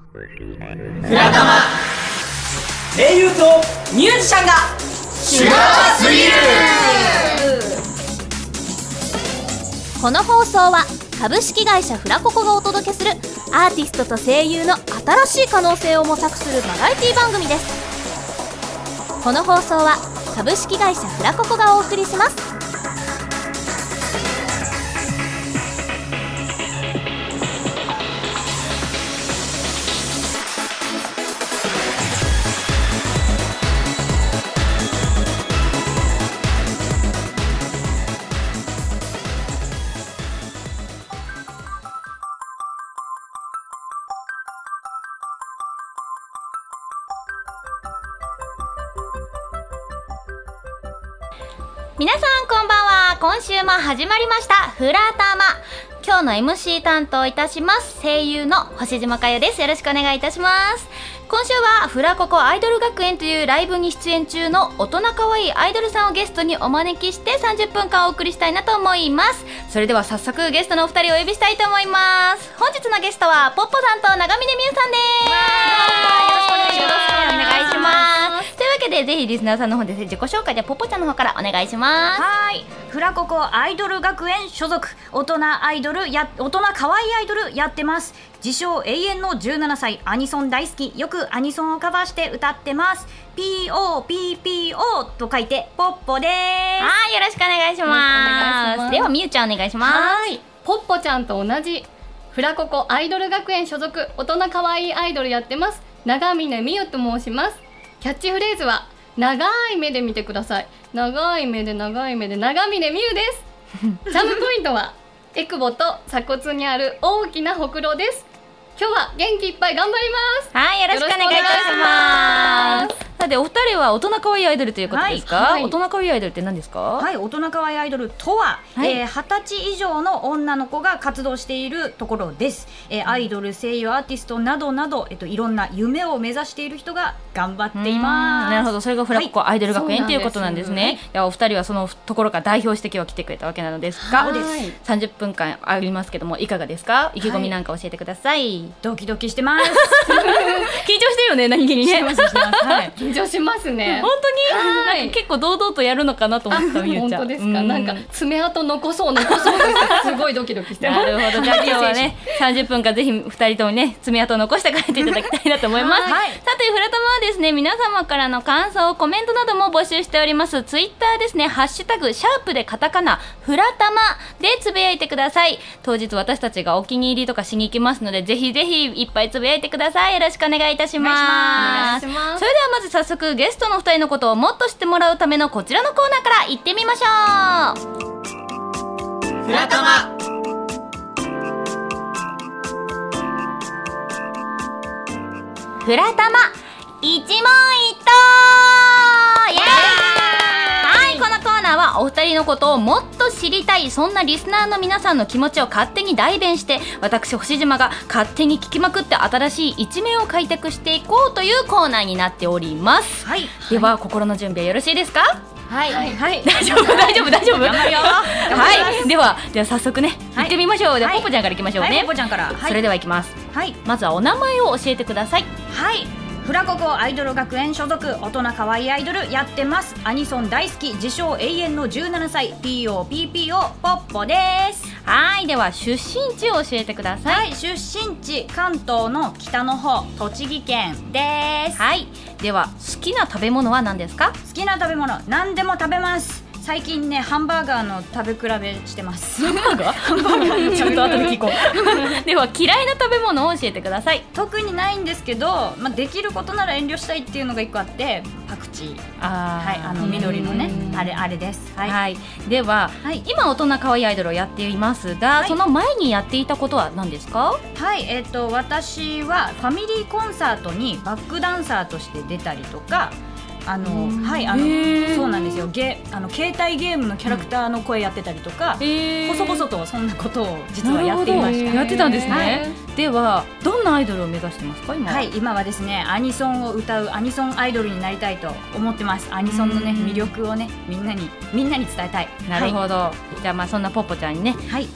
フラタマ、声優とミュージシャンがシュガーすぎる。 この放送は株式会社フラココがお届けするアーティストと声優の新しい可能性を模索するバラエティ番組です。この放送は株式会社フラココがお送りします。皆さんこんばんは。今週も始まりましたフラタマ。今日の MC 担当いたします声優の星島佳代です。よろしくお願いいたします。今週はフラココアイドル学園というライブに出演中の大人可愛いアイドルさんをゲストにお招きして30分間お送りしたいなと思います。それでは早速ゲストのお二人をお呼びしたいと思います。本日のゲストはポッポさんと長峰美優さんです。よろしくお願いします。というわけでぜひリスナーさんの方で自己紹介でポッポちゃんの方からお願いします。 はい、フラココアイドル学園所属、大人可愛いアイドルやってます。自称永遠の17歳、アニソン大好き、よくアニソンをカバーして歌ってます。 POPPO と書いてポッポです。 はい、よろしくお願いします。ではみゆちゃんお願いします。 はい、ポッポちゃんと同じフラココアイドル学園所属、大人可愛いアイドルやってます長峰美優と申します。キャッチフレーズは長い目で見てください。長い目で長峰美優ですチャームポイントはエクボと鎖骨にある大きなほくろです。今日は元気いっぱい頑張ります。 はい、よろしくお願いいたします。さてお二人は大人可愛いアイドルということですか？はい、大人可愛いアイドルって何ですか？ はい、大人可愛いアイドルとは、 はい、 20歳以上の女の子が活動しているところです。アイドル、声優、アーティストなどなど、いろんな夢を目指している人が頑張っています。 なるほど、それがフラココアイドル学園ということなんですね。ではお二人はそのところから代表して今日は来てくれたわけなのですが、30分間ありますけどもいかがですか？意気込みなんか教えてください。 ドキドキしてます緊張してるよね、何気にね。 はい、緊張しますね。 本当に、はい、結構堂々とやるのかなと思ったみゆちゃん。 本当ですか？なんか爪痕残そうですすごいドキドキしてます。 なるほど、じゃあ今日はね30分間ぜひ2人ともね爪痕を残して帰っていただきたいなと思います。はい、さてフラタマはですね、皆様からの感想コメントなども募集しております。ツイッターですね、ハッシュタグシャープでカタカナフラタマでつぶやいてください。当日私たちがお気に入りとかしに行きますのでぜひぜひいっぱいつぶやいてください。よろしくお願いいたします。それではまず早速ゲストの2人のことをもっと知ってもらうためのこちらのコーナーから行ってみましょう。 フラタマ。 フラタマ一問一答。イエーイ。はい、このコーナーはお二人のことをもっと知りたい、そんなリスナーの皆さんの気持ちを勝手に代弁して私星島が勝手に聞きまくって新しい一面を開拓していこうというコーナーになっております。はい、では、心の準備はよろしいですか？ はいはいはい、 大丈夫頑張るよはい、では早速ね、 はい、 行ってみましょう。では、ポポちゃんから行きましょうね。 ポポちゃんから、 それでは行きます。はい、まずはお名前を教えてください。 はい、フラココアイドル学園所属、大人可愛いアイドルやってます。アニソン大好き、自称永遠の17歳、 POPPO ポッポです。 はい、では出身地を教えてください。 はい、出身地関東の北の方、栃木県です。 はい、では好きな食べ物は何ですか？ 好きな食べ物、何でも食べます。最近ね、ハンバーガーの食べ比べしてます。 ハンバーガーちょっと後で聞こうでは嫌いな食べ物を教えてください。 特にないんですけど、できることなら遠慮したいっていうのが1個あって、パクチー。はい、緑のね、あれです。はい、はい、では、はい、今大人可愛いアイドルをやっていますが、はい、その前にやっていたことは何ですか？はい、私はファミリーコンサートにバックダンサーとして出たりとか、はい、そうなんですよ。携帯ゲームのキャラクターの声やってたりとか、細々とそんなことを実はやっていました。 やってたんですね。はい、ではどんなアイドルを目指してますか？今は。 はい、今はですね、アニソンを歌うアニソンアイドルになりたいと思ってます。アニソンのね、魅力をね、みんなに伝えたい。 なるほど。はい、じゃあそんなポッポちゃんにね、 はい、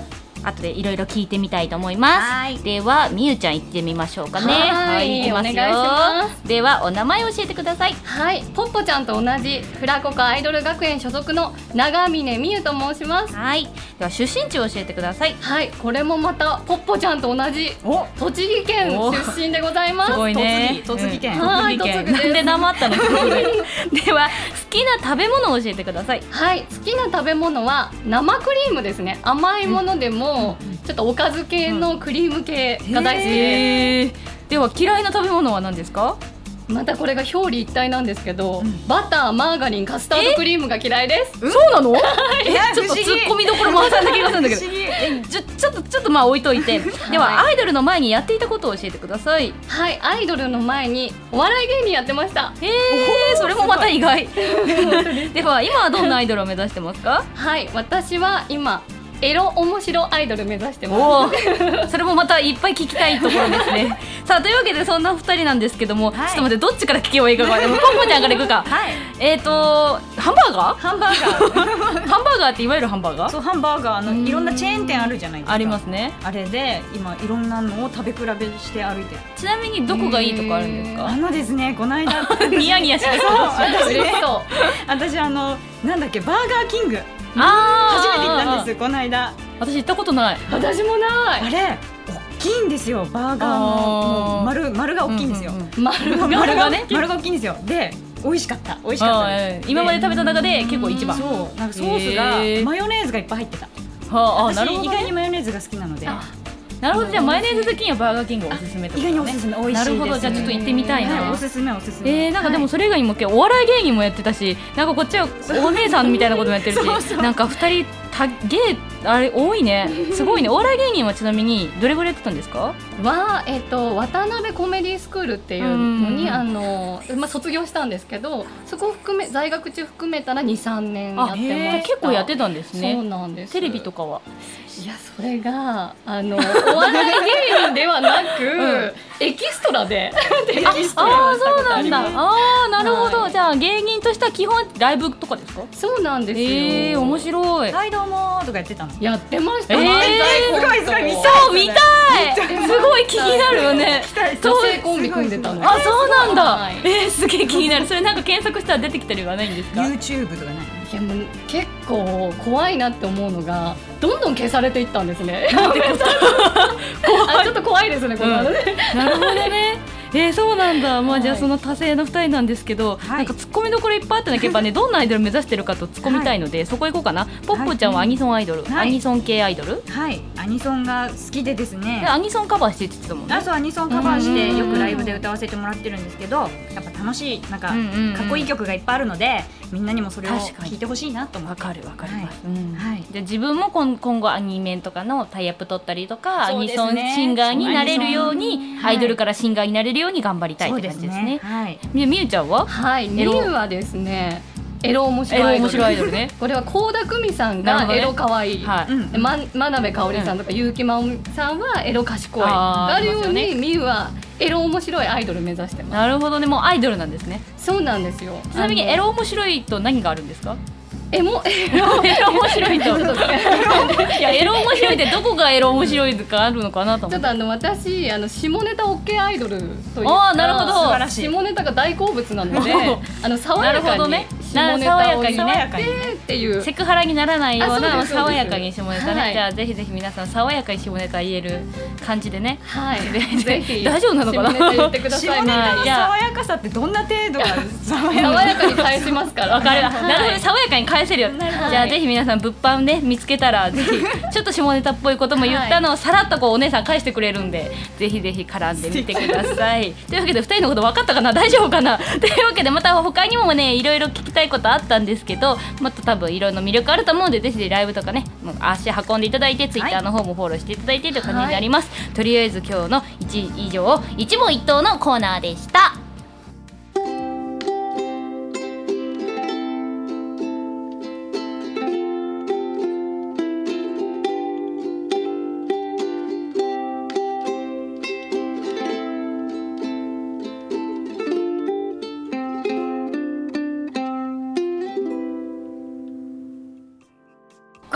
後でいろいろ聞いてみたいと思います。 はいではみゆちゃん行ってみましょうかね。 はい行きますよ。 お願いします。 ではお名前教えてください。 はい、ポッポちゃんと同じフラココアイドル学園所属の長峰美優と申します。 はい。では出身地を教えてください。 はい、これもまたポッポちゃんと同じお、 栃木県出身でございます。 すごいね。 栃木県はい栃木県。 栃木ですなんでなまったの？では好きな食べ物を教えてください。 はい、好きな食べ物は生クリームですね。甘いものでも、ちょっとおかず系のクリーム系が大好きで、 では嫌いな食べ物は何ですか？ またこれが表裏一体なんですけど、バター、マーガリン、カスタードクリームが嫌いです。 そうなの？ちょっと不思議ツッコミどころ満載な気がするんだけど。 不思議ちょっとまあ置いといて。ではアイドルの前にやっていたことを教えてください。 はい、アイドルの前にお笑い芸人やってました。 それもまた意外。では今はどんなアイドルを目指してますか？ はい、私は今エロ面白アイドル目指してます。 おーそれもまたいっぱい聞きたいところですね。さあというわけでそんな2人なんですけども、ちょっと待ってどっちから聞けばいいかでもポンポちゃんからいくか。 はい。 ハンバーガー？ ハンバーガーハンバーガーっていわゆるハンバーガー？ そう、ハンバーガーのいろんなチェーン店あるじゃないですか。 ありますね。 あれで今いろんなのを食べ比べして歩いてる。 ちなみにどこがいいとかあるんですか？ ですね、この間ニヤニヤしてる。 嬉しそう。 私なんだっけ、バーガーキング初あめて行ったんです、この間。 私行ったことない。 私もない。 あれ大きいんですよ、バーガーのもう丸が大きいんですよ。 丸が丸が大きいんですよ。で美味しかったです。 今まで食べた中で結構一番。 そう、なんかソースがマヨネーズがいっぱい入ってた。 なるほど。 私意外にマヨネーズが好きなので。 なるほど。じゃあマヨネーズ好きにはバーガーキングおすすめとかね。 意外におすすめ、美味しいです。 なるほど。じゃあちょっと行ってみたいな。 おすすめ。 なんかでもそれ以外にもお笑い芸人もやってたし、なんかこっちはお姉さんみたいなこともやってるし、なんか2人ゲーあれ多いね。すごいね。お笑い芸人はちなみにどれぐらいやってたんですか？ 渡辺コメディスクールっていうのに卒業したんですけど、そこを含め在学中含めたら 2,3 年やってました。 結構やってたんですね。 そうなんです。 テレビとかは？ いや、それがお笑い芸人ではなく、エキストラでそうなんだ。なるほど。じゃあ芸人としては基本ライブとかですか？ そうなんですよ。 面白い。 はい、どうもとかやってたの？ やってました。 すごいそう見たい。すごい気になるよね。 女性コンビ組んでたの。 そうなんだ。すげえ気になる。それなんか検索したら出てきたりはないんですか？ YouTube とかない？ いや、もう結構怖いなって思うのがどんどん消されていったんですね。ちょっと怖いですね、このなるほどね。そうなんだ。まあじゃあその多勢の2人なんですけど、なんかツッコミどころいっぱいあってなければね、どんなアイドル目指してるかと突っ込みたいので、そこ行こうかな。ポッポちゃんはアニソンアイドル、アニソン系アイドル？ はい、アニソンが好きでですね。 アニソンカバーしてって言ってたもんね。 そう、アニソンカバーしてよくライブで歌わせてもらってるんですけど、やっぱ楽しい、なんかかっこいい曲がいっぱいあるので、みんなにもそれを聴いてほしいなと思って。 わかるます。 で自分も今後アニメとかのタイアップ取ったりとか、アニソンシンガーになれるように、アイドルからシンガーになれるように頑張りたいって感じですね。みゆちゃんは？ はい、みゆはですね、エロ面白アイドルね。これは倖田來未さんがエロかわいい、真鍋かおりさんとか結城まおみさんはエロ賢いがあるように、みゆはエロ面白いアイドル目指してます。 なるほどね。もうアイドルなんですね。 そうなんですよ。 ちなみにエロ面白いと何があるんですか？ エロ面白いといや、エロ面白いってどこがエロ面白いとかあるのかなと思って。 ちょっと私下ネタ OK アイドルというか、なるほど、 下ネタが大好物なので爽やかに下ネタを入れてっていう、 セクハラにならないような爽やかに下ネタね。じゃあぜひぜひ皆さん爽やかに下ネタ言える感じでね。 はい、ぜひ大丈夫なのかな？ 下ネタ言ってください。 下ネタの爽やかさってどんな程度が爽やかに返しますから。 わかる。なるほど、爽やかに返せるよ。じゃあぜひ皆さん物販ね見つけたら、ぜひちょっと下ネタっぽいことも言ったのをさらっとこうお姉さん返してくれるんで、ぜひぜひ絡んでみてください。というわけで2人のこと分かったかな？大丈夫かな？というわけでまた他にもねいろいろ聞きたいことあったんですけど、もっと多分いろんな魅力あると思うので、ぜひライブとかね足運んでいただいて、ツイッターの方もフォローしていただいてという感じになります。とりあえず今日の以上一問一答のコーナーでした。 コー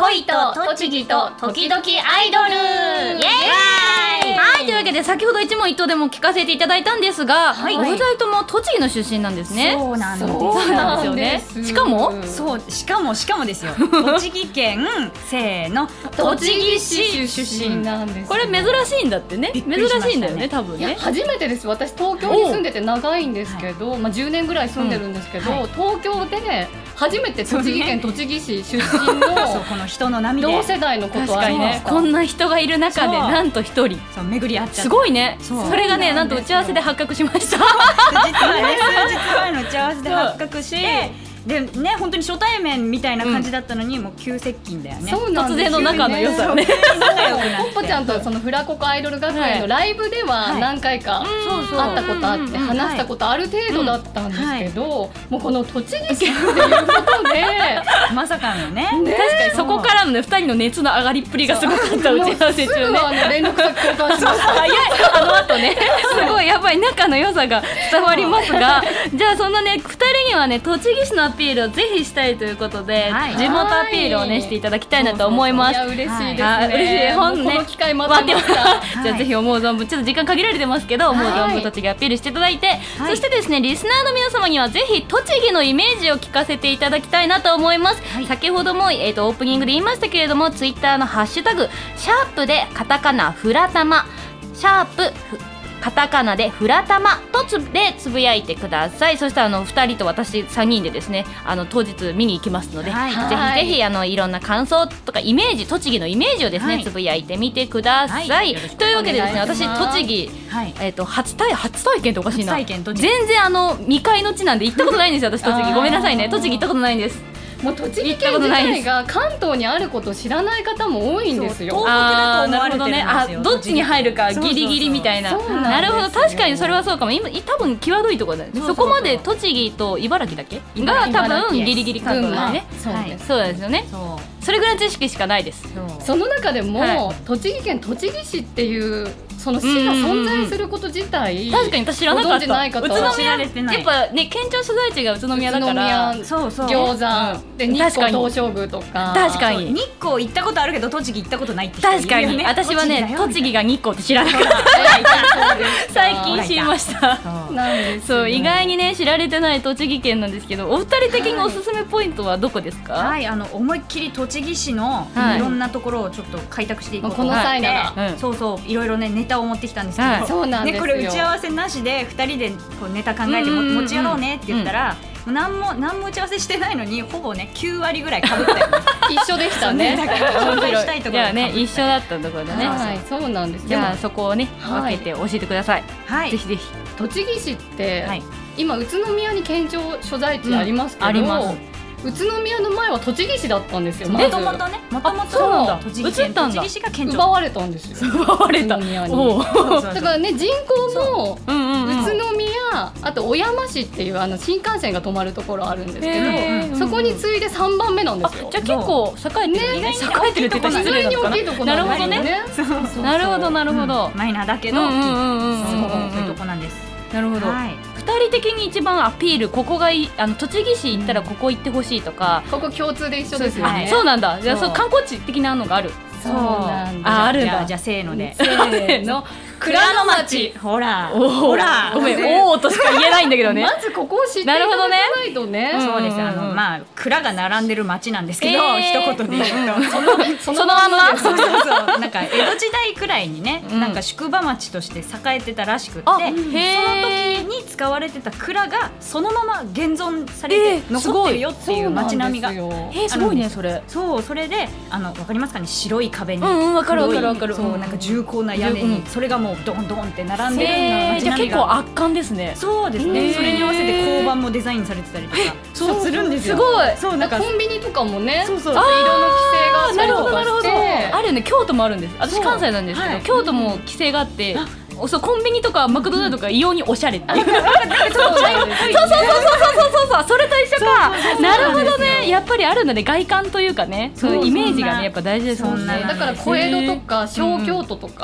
恋と栃木と時々アイドルイエーイ。 はい、というわけで先ほど一問一答でも聞かせていただいたんですが、 はいお二人とも栃木の出身なんですね。 そうなんですそうなんですよね。しかもそうしかもですよ栃木県せーの栃木市出身なんです。 これ珍しいんだってね。 びっくりしましたね珍しいんだよね多分いやね。 初めてです。私東京に住んでて長いんですけど、10年ぐらい住んでるんですけど、 うんはい東京で初めて栃木県栃木市出身そうのこの人の波で同世代のこと確かにね、こんな人がいる中でそうなんと一人そう巡り合っちゃったすごいね。 そうそれがねなんと打ち合わせで発覚しました。 実はね数日前の打ち合わせで発覚してでね本当に初対面みたいな感じだったのに、もう急接近だよね。 そうなんですよね。 突然の仲の良さよね。 仲良くなってポッポちゃんとそのフラココアイドル学園のライブでは何回かそうそう会ったことあってうん話したことある程度だったんですけど、もうこの栃木市っていうことでまさかのね確かにそこからのね2人の熱の上がりっぷりがすごかった打ち合わせす中ね。 ぐ連絡先交換しました。 早いあの後ねすごいやっぱり仲の良さが伝わりますがじゃあそんなね2人にはね栃木市のアピールをぜひしたいということで、 はい地元アピールをねしていただきたいなと思います。 いや嬉しいですね。 はい嬉しいもう本ねこの機会待ってました。 じゃあぜひ思う存分ちょっと時間限られてますけど、思う存分栃木アピールしていただいて、そしてですねリスナーの皆様にはぜひ栃木のイメージを聞かせていただきたいなと思います。先ほども、オープニングで言いましたけれどもツイッターのハッシュタグシャープでカタカナフラタマシャープカタカナでフラタマとでつぶやいてください。そして2人と私3人でですね当日見に行きますので、 はいぜひぜひいろんな感想とかイメージ栃木のイメージをですね、 はいつぶやいてみてください、 はいよろしくというわけでですね私お願いします栃木、 はい初体験っておかしいな。 初体験栃木全然未開の地なんで行ったことないんですよ私栃木。ごめんなさいね栃木行ったことないんです。 もう栃木県自体が関東にあることを知らない方も多いんですよ。 そう東北だと思われてるんですよなるほどね。どっちに入るかそうそうそうギリギリみたいな。 そうなんですよなるほど確かにそれはそうかも。今多分際どいところだよね。そこまで栃木と茨城だっけが多分ギリギリ関東だよね。 そうです。 そうですよね。 そうそれぐらいの知識しかないです。 その中でも、 は栃木県栃木市っていうその市が存在すること自体、 確かに私知らなかった。 ご存じない方宇都知宮られてないやっぱね県庁所在地が宇都宮だから。 宇都そうそう宮餃子、で日確かに光東照宮とか確かに日光行ったことあるけど栃木行ったことないって人いるよ確かにね。 私はね栃木が日光って知らなかった。最近知りました。 そうなんですそう意外にね知られてない栃木県なんですけど、お二人的におすすめポイントはどこですか？ はい思いっきり栃木市のはいいろんなところをちょっと開拓していこうとこの思って、 際なら、 うんそうそういろいろねネタを持ってきたんですけど、 はいそうなんですよこれ打ち合わせなしで2人でこうネタ考えて持ち寄ろうねって言ったら、何も打ち合わせしてないのにほぼね9割ぐらい被ったよね。 一緒でしたね。 だから紹介したいところじゃあね被った一緒だったところでね。 はい、そうなんです。 じゃあでもそこをねはい分けて教えてください。 はいぜひぜひ。 栃木市って、 はい今宇都宮に県庁所在地ありますけど、 あります宇都宮の前は栃木市だったんですよ。 もまずともとねもともそうなんだと栃木県移ったんだ栃木市が県庁奪われたんですよ。 奪われた。 宇都宮におうそうそうそうだからね人口もうんうんうん。 宇都宮、あと小山市っていう新幹線が止まるところあるんですけへーど、そこに次いで3番目なんであすよ。 じゃあ結構栄えてる。 ね意外に栄えてるって言ったら失礼なのか普通に大きいとこな。なるなんほどね。 そうそうそうなるほどなるほど。 マイナーだけど大きいうんうんうんうんそううんそういうとこなんです。 なるほど。 はい二人的に一番アピールここがいい栃木市行ったらここ行ってほしいとか。 ここ共通で一緒ですよはいね。 そうなんだ。じゃあそうそう観光地的なのがある。 そうなんだ。 ああるんだ。 じゃあせーのでせーの。 蔵の町ほらおほらごめんおーとしか言えないんだけどね。 まずここを知っていただかないとね。 そうですうんまあ蔵が並んでる町なんですけど一言で言うとそのまんま。 そうそうそうなんか江戸時代くらいにねうんなんか宿場町として栄えてたらしくってあそのへー時に使われてた蔵がそのまま現存されて残ってるよっていう町並みがすごいねそれ。 そうそれでわかりますかね白い壁にわかるわかるわかる。 そうなんか重厚な屋根うんにそれがもうドンドンって並んでるような街じゃあ並みが結構圧巻ですね。 そうですねそれに合わせて交番もデザインされてたりとかそうするんですよすごい。 そうなんかコンビニとかもね、 そうそうちょっと色の規制があったりとかして、 あるよね京都もあるんです。私そう関西なんですけどはい京都も規制があって。そうコンビニとかマクドナルドとか異様におしゃれっていう。 そうなんですよそうそれと一緒か。なるほどね。やっぱりあるんだね外観というかね。そういうイメージがねやっぱ大事ですもんね。 だから小江戸とか小京都とか、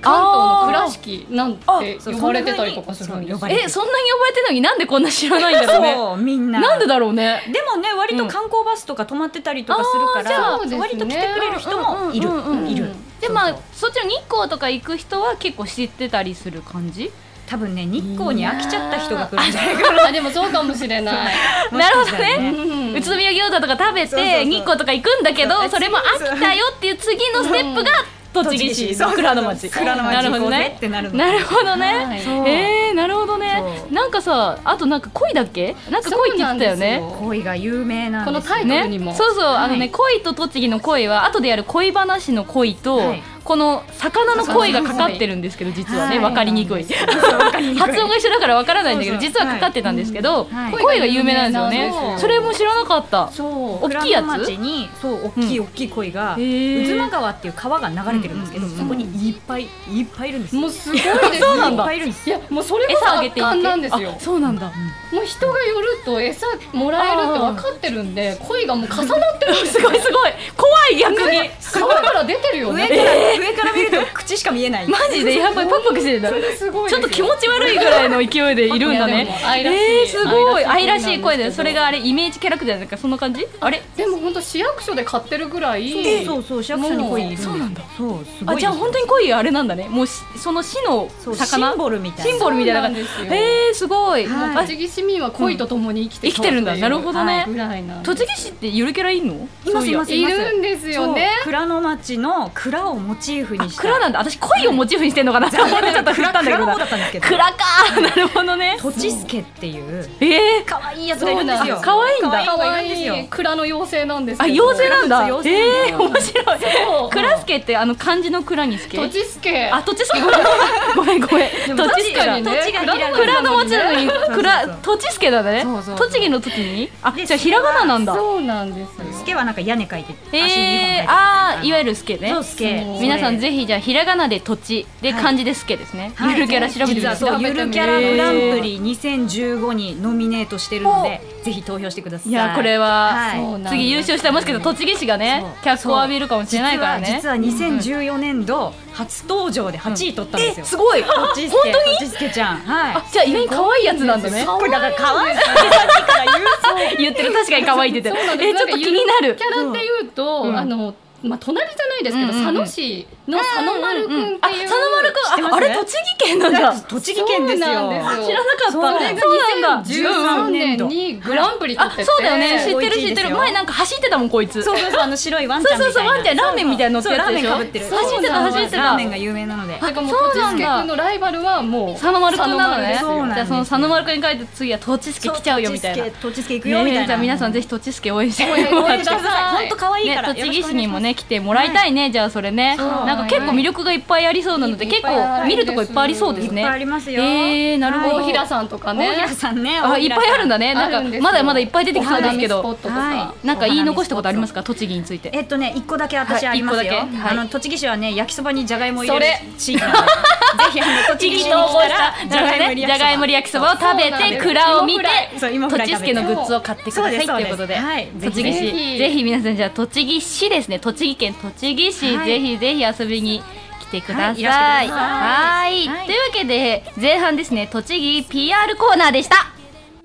関東の倉敷なんて呼ばれてたりとかするんですよ。 そんなに呼ばれてるのになんでこんな知らないんだろうね。 そうみんななんでだろうね。 でもね割と観光バスとか止まってたりとかするから、割と来てくれる人もいる。 でそっちの日光とか行く人は結構知ってたりする感じ。 多分ね日光に飽きちゃった人が来るんじゃないかな。 でもそうかもしれない。 なるほどね。宇都宮餃子とか食べて日光とか行くんだけど、それも飽きたよっていう次のステップが栃木市の蔵の町。 蔵の町行こうぜってなるの。 なるほどね。なるほどね。なんかさ、あとなんか恋だっけ？なんか恋って言ってたよね。 恋が有名なんです。 このタイトルにも。 そう恋と栃木の恋は後でやる恋話の恋と。この魚の恋がかかってるんですけど、実はね分かりにくい発音が一緒だから分からないんだけど、実はかかってたんですけど、恋が有名なんですよね。それも知らなかった。大きいやつに大きい恋が渦間川っていう川が流れてるんですけど、そこにいっぱいいるんです。 もうすごいです。 そうなんだ。 いやもうそれこそ圧巻なんですよ。 そうなんだ。 もう人が寄ると餌もらえるって分かってるんで、恋がもう重なってるんですよ。 すごい怖い。逆に川から出てるよね。 上から見ると口しか見えない。 マジでやっぱりパクパクしてるんだ。ちょっと気持ち悪いぐらいの勢いでいるんだね。すごい愛らしい声で、それがあれイメージキャラクターなんかそんな感じ？あれでも本当市役所で買ってるぐらい。 そう市役所に恋いる。 そうなんだ。 そうすごい。 じゃあ本当に恋あれなんだね。もうその市の魚シンボルみたいな感じ。すごい。 栃木市民は恋とともに生きてるんだ。なるほどね。栃木市ってゆるキャラいんの？ いますいるんですよね。 蔵の町の蔵をモチーフにした。 蔵なんだ。私恋をモチーフにしてんのかなって思ってちょっと振ったんだけど。蔵か。なるほどね。 とちすけっていう可愛いやつがいるんですよ。 可愛いんだ。 可愛い蔵の妖精なんですけど。 妖精なんだ。面白い。蔵助って漢字の蔵に助。 とちすけ。 とちすけ。ごめん。とちすけだ。蔵の町なのにとちすけだね。栃木の時に。じゃあひらがななんだ。 そうなんです。 すけはなんか屋根描いて。 いわゆるすけね。 そうすけ。 皆さんぜひじゃあひらがなで土地で漢字ですけですね。ゆるキャラ調べてみてください。 ゆるキャラグランプリ2015にノミネートしてるので、ぜひ投票してください。 いやこれは次優勝したらもしかしたら栃木市がね脚光を浴びるかもしれないからね。 実は2014年度初登場で8位取ったんですよ。 すごい。 本当に？とちすけちゃん。 じゃあ意外に可愛いやつなんだね。 これだから可愛い。 言ってる確かに可愛いって言ってる。ちょっと気になる。 キャラっていうと隣じゃないですけど、佐野市の佐野丸くんっていう。 佐野丸くん、あれ栃木県なんだ。 栃木県ですよ。知らなかった。 それが2013年にグランプリ取ってて。 そうだよね。知ってる。前なんか走ってたもんこいつ。 そう白いワンちゃんみたいな。 そうワンちゃんラーメンみたいなの乗ってやつでしょ。走ってた。 ラーメンが有名なので。 だからもうとちすけくんのライバルはもう佐野丸くんなのね。じゃあその佐野丸くんに書いて次はとちすけ来ちゃうよみたいな。 とちすけ行くよみたいな。 じゃあ皆さんぜひとちすけ応援してもらって。 本当可愛いから。 栃木市にもね来てもらいたいね。じゃあそれね。なんか結構魅力がいっぱいありそうなので結構見るとこいっぱいありそうですね。 いっぱいありますよ。 なるほど。 大平さんとかね。 大平さんね。 いっぱいあるんだね。なんかまだまだいっぱい出てきそうですけど。なんか言い残したことありますか栃木について。 1個だけ私ありますよ。栃木市はね焼きそばにじゃがいも入れる地域なので、ぜひ栃木市に来たらじゃがいも焼きそばを食べて蔵を見てとちすけのグッズを買ってくださいということで、栃木市ぜひ皆さんじゃあ栃木市ですね。栃木県栃木市ぜひぜひ遊びに来てください。はい。というわけで前半ですね栃木 PR コーナーでした。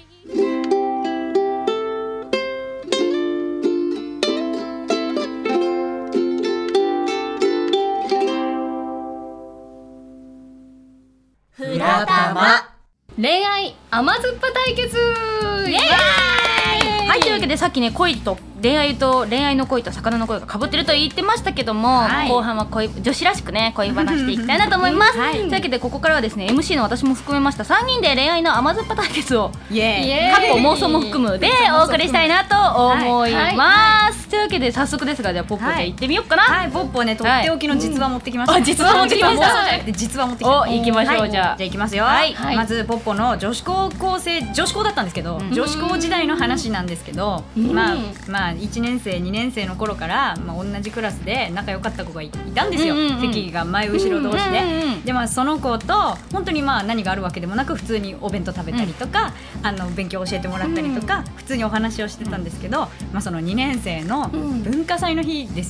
フラタマ恋愛甘酸っぱ対決。イエーイ。 はい、というわけでさっきね恋愛の恋と魚の恋が被ってると言ってましたけども、後半は女子らしくね恋話していきたいなと思います。というわけでここからはですね MC の私も含めました3人で恋愛の甘酸っぱ対決を過去妄想も含むでお送りしたいなと思います。というわけで早速ですがじゃあポッポで行ってみようかな。 はい、ポッポねとっておきの実話持ってきました。 実話持ってきました。 実話持ってきました。 行きましょう。じゃあ行きますよ。まずポッポの女子高だったんですけど、女子高時代の話なんですけど、まあ1年生2年生の頃から同じクラスで仲良かった子がいたんですよ。席が前後ろ同士で。でその子と本当に何があるわけでもなく普通にお弁当食べたりとか勉強教えてもらったりとか普通にお話をしてたんですけど、その2年生の文化祭の日ですよ。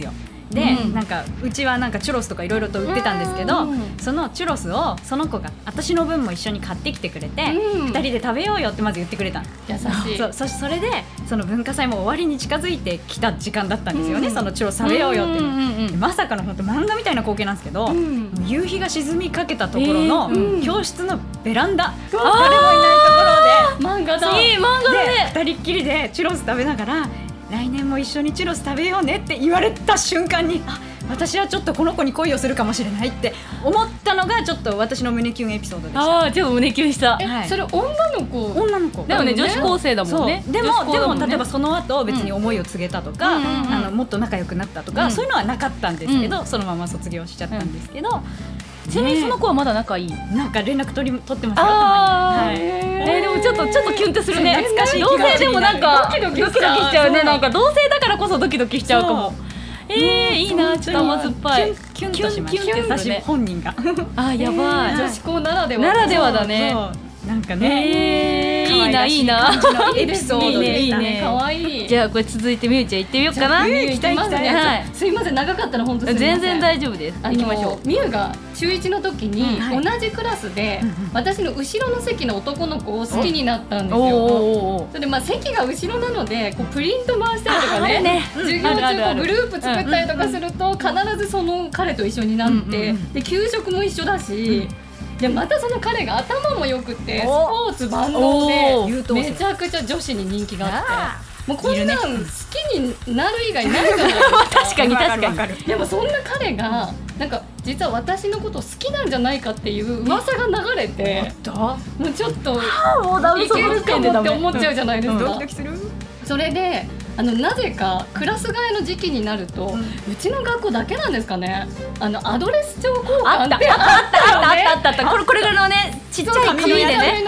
で、なんかうちはなんかチュロスとかいろいろと売ってたんですけど、そのチュロスをその子が私の分も一緒に買ってきてくれて、2人で食べようよってまず言ってくれたの。 優しい。 それでその文化祭も終わりに近づいてきた時間だったんですよね、そのチュロス食べようよっていうの、でまさかの本当漫画みたいな光景なんですけど、夕日が沈みかけたところの教室のベランダ、誰もいないところで漫画だ。 いい漫画だね。2人っきりでチュロス食べながら、来年も一緒にチュロス食べようねって言われた瞬間に、あ、私はちょっとこの子に恋をするかもしれないって思ったのがちょっと私の胸キュンエピソードでした。 あ、ちょっと胸キュンした。 それ女の子でもね、女子高生だもんね。 でも例えばその後別に思いを告げたとか、もっと仲良くなったとか、そういうのはなかったんですけど、そのまま卒業しちゃったんですけど、 ちなみにその子はまだ仲いい？ なんか連絡取ってますよ。 でもちょっとキュンってするね。 懐かしい気持ちになる。 同性でもなんかドキドキしちゃうね。なんか同性だからこそドキドキしちゃうかも。いいな、ちょっと甘酸っぱい。 キュンとしました。私本人が。 あ、やばい。 女子校ならではだね。 なんかね、 いいなエピソードでいいね。可愛い。 じゃあこれ続いてみゆちゃん行ってみようかな。 行きますね。すいません、長かったら本当全然大丈夫です。行きましょう。 みゆが中1の時に同じクラスで私の後ろの席の男の子を好きになったんですよ。それで席が後ろなのでこうプリント回したりとかね、授業中グループ作ったりとかすると必ずその彼と一緒になって、で給食も一緒だし。でまたその彼が頭も良くてスポーツ万能でめちゃくちゃ女子に人気があって、もうこんなん好きになる以外ないじゃないですか。 確かに。でもそんな彼がなんか実は私のことを好きなんじゃないかっていう噂が流れて、もうちょっといけるかもって思っちゃうじゃないですか。それでなぜかクラス替えの時期になると、うちの学校だけなんですかね、アドレス帳交換ってあったこれぐらいのね、ちっちゃい紙でね、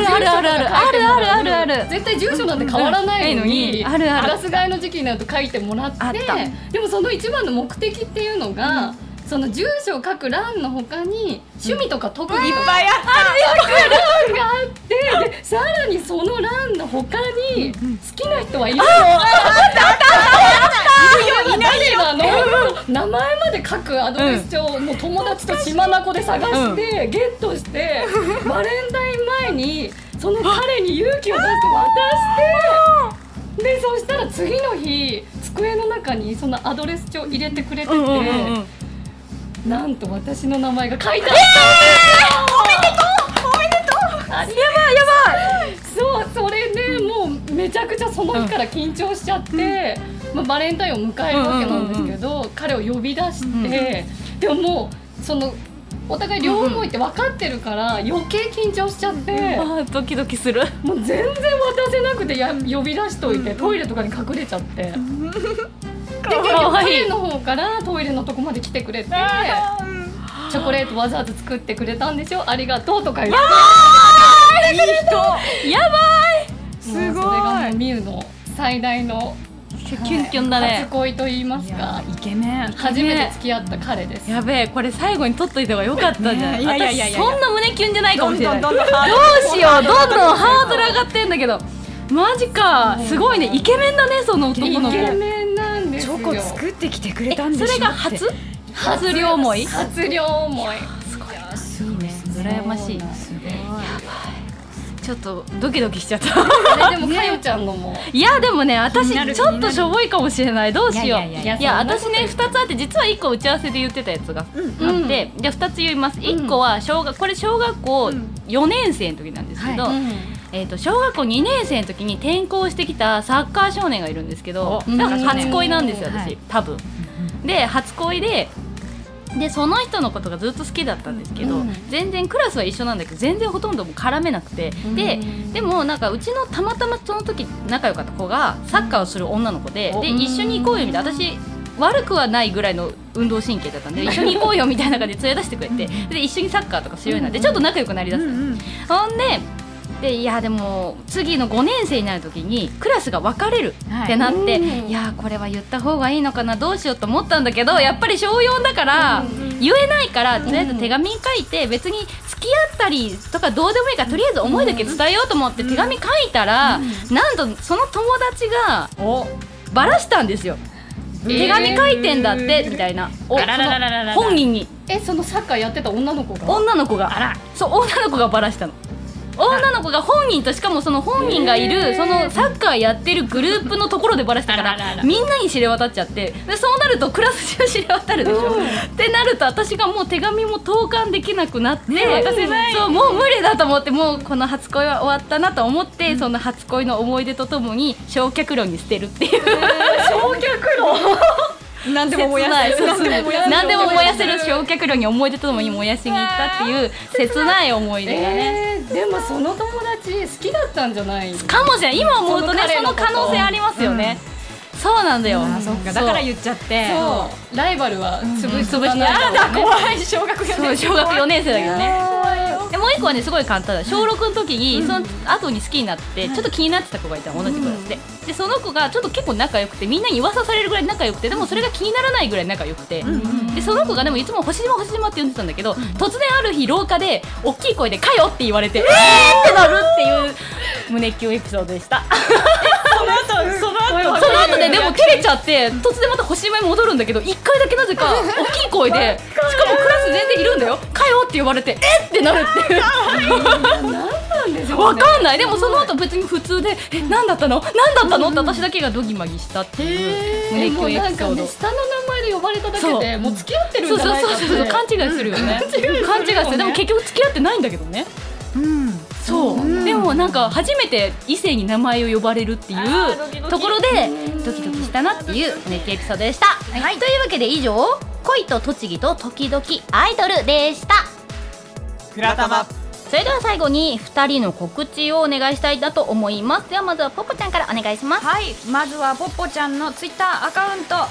ある。 絶対住所なんて変わらないのにクラス替えの時期になると書いてもらって、でもその一番の目的っていうのが、その住所を書く欄の他に趣味とか特技いっぱいある欄があって、でさらにその欄の他に好きな人はいるの？名前まで書くアドレス帳をもう友達と血眼で探してゲットして、バレンタイン前にその彼に勇気を出して渡して、でそしたら次の日机の中にそのアドレス帳入れてくれてて、なんと私の名前が書いてあったんですよ。おめでとう。やばい。そう、それでもうめちゃくちゃその日から緊張しちゃって、バレンタインを迎えるわけなんですけど、彼を呼び出して、でももうそのお互い両思いって分かってるから余計緊張しちゃって、 ドキドキする。 もう全然渡せなくて呼び出しといて、トイレとかに隠れちゃって。で結局彼の方からトイレのとこまで来てくれて、チョコレートわざわざ作ってくれたんでしょ、ありがとうとか言って、 やばい。 すごい。それがみゆの最大のキュンキュンだね。 初恋と言いますか、 イケメン。 初めて付き合った彼です。 やべえ、これ最後に取っといた方が良かったんじゃない？私そんな胸キュンじゃないかもしれない。どうしよう、どんどんハードル上がってんだけど。マジか、すごいね、イケメンだね、その男の子。 イケメンなんですよ。 チョコ作ってきてくれたんでしょ。 それが初両思い？ 初両思い。 すごいね、羨ましい。やばい。ちょっとドキドキしちゃった。 でもかよちゃんのも。 いやでもね、私ちょっとしょぼいかもしれない。どうしよう。いや私ね、2つあって、実は1個打ち合わせで言ってたやつがあって、じゃあ2つ言います。1個はこれ小学校4年生の時なんですけど、小学校2年生の時に転校してきたサッカー少年がいるんですけど、初恋なんですよ私、多分。で初恋でその人のことがずっと好きだったんですけど、全然クラスは一緒なんだけど全然ほとんど絡めなくて、でもなんかうちのたまたまその時仲良かった子がサッカーをする女の子で、一緒に行こうよみたいな、私悪くはないぐらいの運動神経だったんで一緒に行こうよみたいな感じで連れ出してくれて、で一緒にサッカーとかしようになってちょっと仲良くなりだしたんです。ほんでいやでも次の5年生になる時にクラスが分かれるってなって、いやこれは言った方がいいのかな、どうしようと思ったんだけど、やっぱり小4だから言えないから、とりあえず手紙に書いて、別に付き合ったりとかどうでもいいからとりあえず思いだけ伝えようと思って手紙書いたら、なんとその友達がバラしたんですよ。 手紙書いてんだってみたいな、その本人にそのサッカーやってた女の子が女の子がバラしたの。女の子が本人と、しかもその本人がいるそのサッカーやってるグループのところでバラしたからみんなに知れ渡っちゃって、でそうなるとクラス中知れ渡るでしょ、ってなると私がもう手紙も投函できなくなって、渡せない、そうもう無理だと思って、もうこの初恋は終わったなと思って、その初恋の思い出とともに焼却炉に捨てるっていう、焼却炉何でも燃やせる焼却炉に思い出とともに燃やしに行ったっていう切ない思い出がね、 でもその友達好きだったんじゃないかもしれない。今思うとね、その可能性ありますよね、そうなんだよ、 だから言っちゃって、 ライバルは潰して怖い。小学 4年生だけどね。でもう一個はねすごい簡単だ。小6の時にその後に好きになってちょっと気になってた子がいたの、同じクラスで。でその子がちょっと結構仲良くて、みんなに噂されるぐらい仲良くて、でもそれが気にならないぐらい仲良くて、でその子がでもいつも星島星島って呼んでたんだけど、突然ある日廊下で大きい声でかよって言われて、ってなるっていう胸キュンエピソードでした。その後ででも照れちゃって突然また星島に戻るんだけど、1回だけなぜか大きい声で、しかもクラス全然いるんだよ、かよって言われてってなるっていう。 何なんでしょうね。 わかんない。でもその後別に普通で何だったのって私だけがドギマギしたっていう胸キュンエピソード。 下の名前で呼ばれただけでもう付き合ってるんじゃないかって勘違いするよね。勘違いする。でも結局付き合ってないんだけどね。そう、でもなんか初めて異性に名前を呼ばれるっていうところでドキドキしたなっていう胸キュンエピソードでした。というわけで以上、恋と栃木と時々アイドルでした。 フラタマ。 それでは最後に2人の告知をお願いしたいなと思います。ではまずはポッポちゃんからお願いします。 はい、まずはポッポちゃんのツイッターアカウント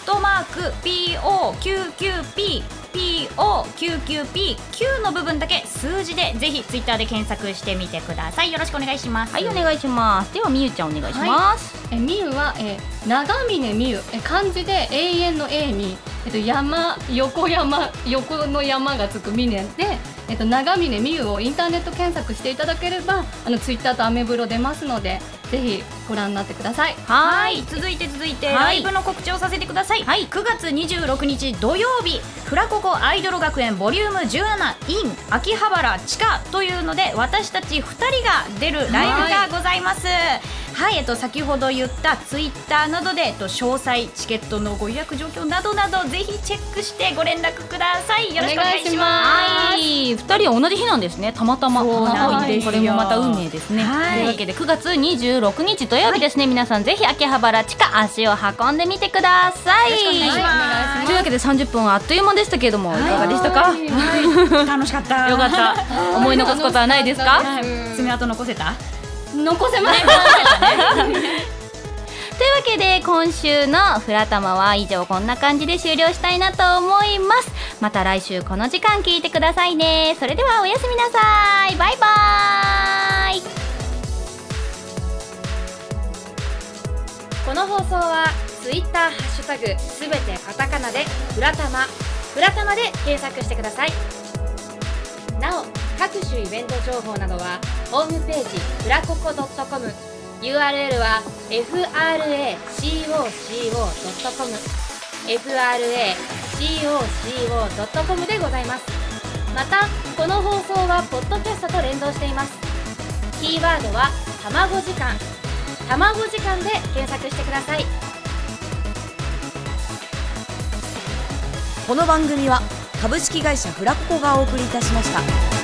@PO99P の部分だけ数字でぜひツイッターで検索してみてください。よろしくお願いします。 はい、お願いします。ではみゆちゃんお願いします。 みゆは長峰みゆ、漢字で永遠の A に山、横の山がつく峰で、長峰みゆをインターネット検索していただければツイッターとアメブロ出ますので、ぜひご覧になってください。 はい、続いてライブの告知をさせてください。9月26日土曜日、フラココアイドル学園ボリューム17 in 秋葉原地下というので、私たち2人が出るライブがございます。はい、先ほど言ったツイッターなどで詳細、チケットのご予約状況などなどぜひチェックしてご連絡ください。よろしくお願いします。 2人は同じ日なんですね、たまたま。 そうなんですよ。 これもまた運命ですね。というわけで9月26日土曜日ですね、皆さんぜひ秋葉原地下足を運んでみてください。 よろしくお願いします。 というわけで30分はあっという間でしたけれども、いかがでしたか？ 楽しかった。 よかった。思い残すことはないですか？ 爪痕残せた？ 残せました。 というわけで今週のフラタマは以上こんな感じで終了したいなと思います。また来週この時間聞いてくださいね。それではおやすみなさい。バイバーイ。 この放送はツイッターハッシュタグすべてカタカナでフラタマで検索してください。なお各種イベント情報などはホームページフラココ .com、 URL は fracoco.com でございます。またこの放送はポッドキャストと連動しています。キーワードは卵時間で検索してください。 この番組は株式会社フラココがお送りいたしました。